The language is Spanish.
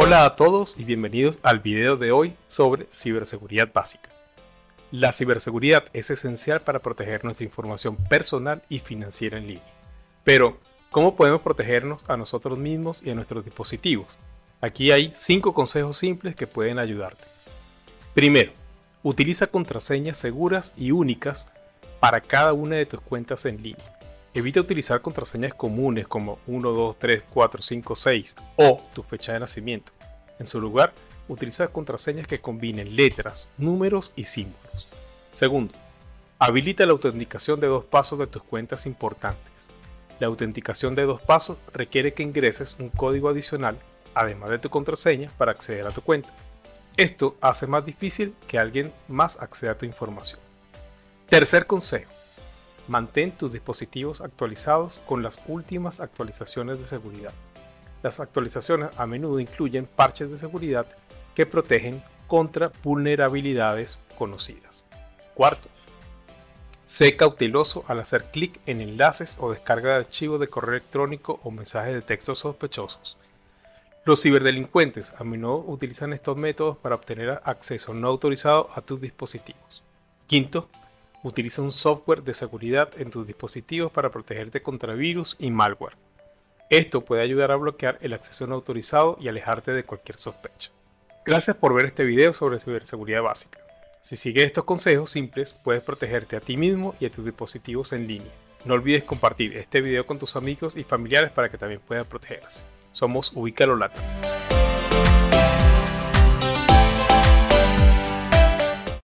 Hola a todos y bienvenidos al video de hoy sobre ciberseguridad básica. La ciberseguridad es esencial para proteger nuestra información personal y financiera en línea. Pero, ¿cómo podemos protegernos a nosotros mismos y a nuestros dispositivos? Aquí hay 5 consejos simples que pueden ayudarte. Primero, utiliza contraseñas seguras y únicas para cada una de tus cuentas en línea. Evita utilizar contraseñas comunes como 1, 2, 3, 4, 5, 6 o tu fecha de nacimiento. En su lugar, utiliza contraseñas que combinen letras, números y símbolos. Segundo, habilita la autenticación de 2 pasos de tus cuentas importantes. La autenticación de 2 pasos requiere que ingreses un código adicional, además de tu contraseña, para acceder a tu cuenta. Esto hace más difícil que alguien más acceda a tu información. Tercer consejo. Mantén tus dispositivos actualizados con las últimas actualizaciones de seguridad. Las actualizaciones a menudo incluyen parches de seguridad que protegen contra vulnerabilidades conocidas. Cuarto, sé cauteloso al hacer clic en enlaces o descarga de archivos de correo electrónico o mensajes de texto sospechosos. Los ciberdelincuentes a menudo utilizan estos métodos para obtener acceso no autorizado a tus dispositivos. Quinto, utiliza un software de seguridad en tus dispositivos para protegerte contra virus y malware. Esto puede ayudar a bloquear el acceso no autorizado y alejarte de cualquier sospecha. Gracias por ver este video sobre ciberseguridad básica. Si sigues estos consejos simples, puedes protegerte a ti mismo y a tus dispositivos en línea. No olvides compartir este video con tus amigos y familiares para que también puedan protegerse. Somos Ubícalo Latam.